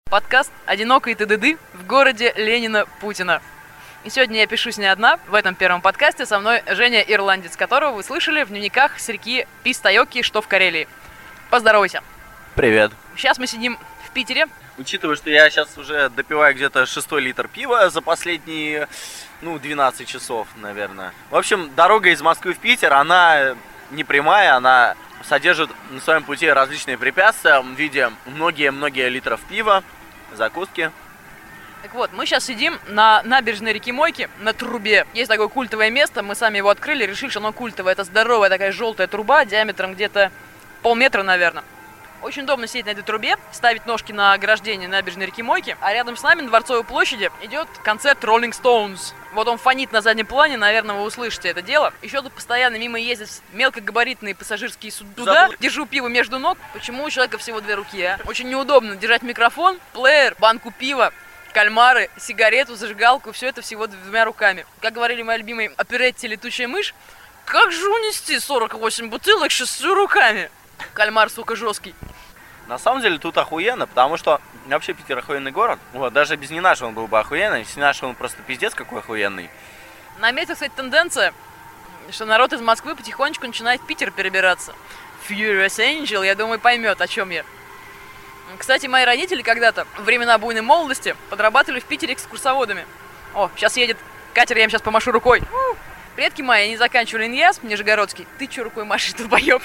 Подкаст «Одинокий ТДД» в городе Ленина Путина. И сегодня я пишусь не одна. В этом первом подкасте со мной Женя Ирландец, которого вы слышали в дневниках с реки Пистайоки, что в Карелии. Поздоровайся. Привет. Сейчас мы сидим в Питере. Учитывая, что я сейчас уже допиваю где-то 6-й литр пива за последние, 12 часов, наверное. В общем, дорога из Москвы в Питер, она не прямая, она содержит на своем пути различные препятствия в виде многие литров пива, закуски. Так вот, мы сейчас сидим на набережной реки Мойки, на трубе. Есть такое культовое место, мы сами его открыли, решили, что оно культовое. Это здоровая такая желтая труба, диаметром где-то полметра, наверное. Очень удобно сидеть на этой трубе, ставить ножки на ограждение набережной реки Мойки, а рядом с нами на Дворцовой площади идет концерт Rolling Stones. Вот он фонит на заднем плане, наверное, вы услышите это дело. Еще тут постоянно мимо ездят мелкогабаритные пассажирские суда. Держу пиво между ног. Почему у человека всего две руки, а? Очень неудобно держать микрофон, плеер, банку пива, кальмары, сигарету, зажигалку, все это всего двумя руками. Как говорили мои любимые оперетти «Летучая мышь», как же унести 48 бутылок 6 руками? Кальмар, сука, жесткий. На самом деле тут охуенно, потому что вообще Питер охуенный город. Вот, даже без не нашего он был бы охуенный, без нашего он просто пиздец какой охуенный. Наметилась, кстати, тенденция, что народ из Москвы потихонечку начинает в Питер перебираться. Furious Angel, я думаю, поймет, о чем я. Кстати, мои родители когда-то, во времена буйной молодости, подрабатывали в Питере экскурсоводами. О, сейчас едет катер, я им сейчас помашу рукой. Предки мои, они заканчивали ИНЯС, Нижегородский. Ты че рукой машешь, долбоёб?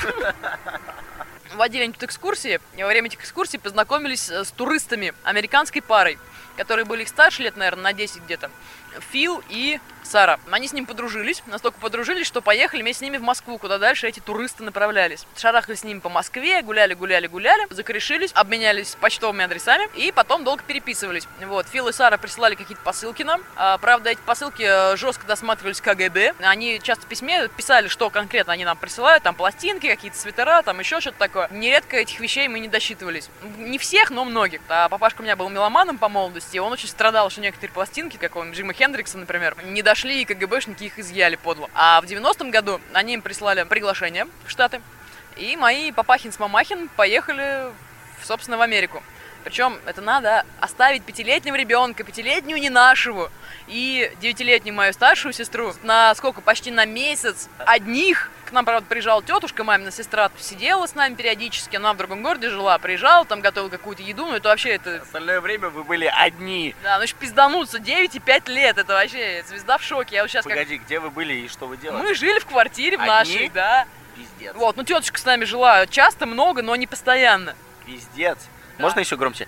Водили они тут экскурсии, и во время этих экскурсий познакомились с туристами, американской парой, которые были их старше лет, наверное, на 10 где-то. Фил и Сара. Они с ним подружились, настолько подружились, что поехали вместе с ними в Москву, куда дальше эти туристы направлялись. Шарахали с ними по Москве, гуляли, закорешились, обменялись почтовыми адресами и потом долго переписывались. Вот, Фил и Сара присылали какие-то посылки нам. Правда, эти посылки жестко досматривались КГБ. Они часто в письме писали, что конкретно они нам присылают, там пластинки, какие-то свитера, там еще что-то такое. Нередко этих вещей мы не досчитывались. Не всех, но многих. А папашка у меня был меломаном по молодости, и он очень страдал, что некоторые пластинки, как он Джима Хендрикса, например, не дошли, и КГБшники их изъяли подло. А в 90-м году они им прислали приглашение в Штаты, и мои папахин с мамахин поехали, собственно, в Америку. Причем это надо оставить 5-летнего ребенка, 5-летнюю не нашего, и 9-летнюю мою старшую сестру на сколько? Почти на месяц одних. К нам, правда, приезжала тетушка, мамина сестра, сидела с нами периодически, она в другом городе жила, приезжала, там готовила какую-то еду, но это вообще это... Остальное время вы были одни. Да, ну еще пиздануться, 9 и 5 лет, это вообще звезда в шоке. Я вот сейчас Погоди, где вы были и что вы делали? Мы жили в квартире в одни? нашей, да. Пиздец. Вот, ну тетушка с нами жила часто, много, но не постоянно. Пиздец. Да. Можно еще громче?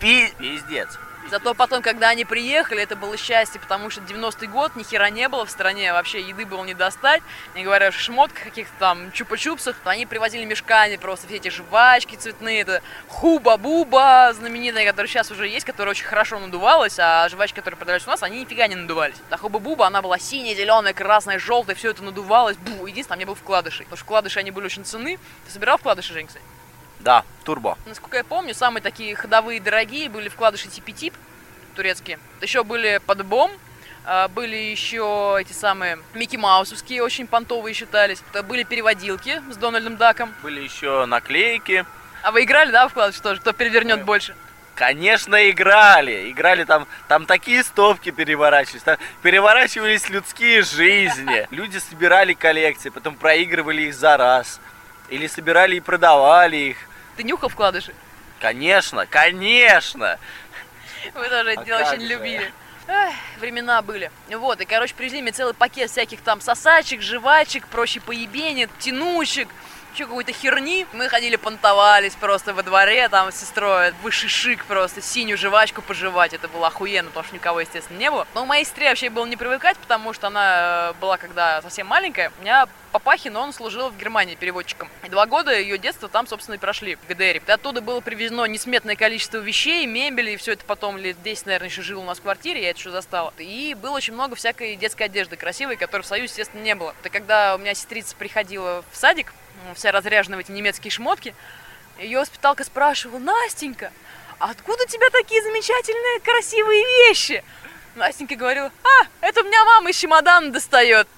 Пиздец. Зато потом, когда они приехали, это было счастье, потому что 90-й год, ни хера не было в стране, вообще еды было не достать, не говоря о шмотках, каких-то там чупа-чупсах, то они привозили мешками просто все эти жвачки цветные, это хуба-буба знаменитая, которая сейчас уже есть, которая очень хорошо надувалась, а жвачки, которые продавались у нас, они нифига не надувались. А хуба-буба, она была синяя, зеленая, красная, желтая, все это надувалось, единственное, там не было вкладышей, потому что вкладыши, они были очень ценны. Ты собирал вкладыши, Жень, кстати? Да, турбо. Насколько я помню, самые такие ходовые дорогие были вкладыши типи-тип турецкие. Еще были подбом, были еще эти самые Микки Маусовские, очень понтовые считались. Были переводилки с Дональдом Даком. Были еще наклейки. А вы играли, да, в вкладыши тоже? Кто перевернет больше? Конечно, играли. Играли там такие стопки переворачивались. Там переворачивались людские жизни. Люди собирали коллекции, потом проигрывали их за раз. Или собирали и продавали их. Ты нюхал вкладыши? Конечно. Вы тоже это дело очень любили. Эх, времена были. Вот, и, короче, привезли мне целый пакет всяких там сосачек, жвачек, проще поебенит, тянучек, еще какой-то херни. Мы ходили, понтовались просто во дворе, там, с сестрой, высший шик просто, синюю жвачку пожевать. Это было охуенно, потому что никого, естественно, не было. Но у моей сестре вообще было не привыкать, потому что она была, когда совсем маленькая. У меня папахин, он служил в Германии переводчиком. И 2 года ее детства там, собственно, и прошли, в ГДР. И оттуда было привезено несметное количество вещей, мебели, и все это потом лет 10, наверное, еще жил у нас в квартире, я это еще застала. И было очень много всякой детской одежды красивой, которой в Союзе, естественно, не было. Это когда у меня сестрица приходила в садик, вся разряжена в эти немецкие шмотки, ее воспиталка спрашивала: Настенька, откуда у тебя такие замечательные красивые вещи? Настенька говорила: это у меня мама из чемодана достает.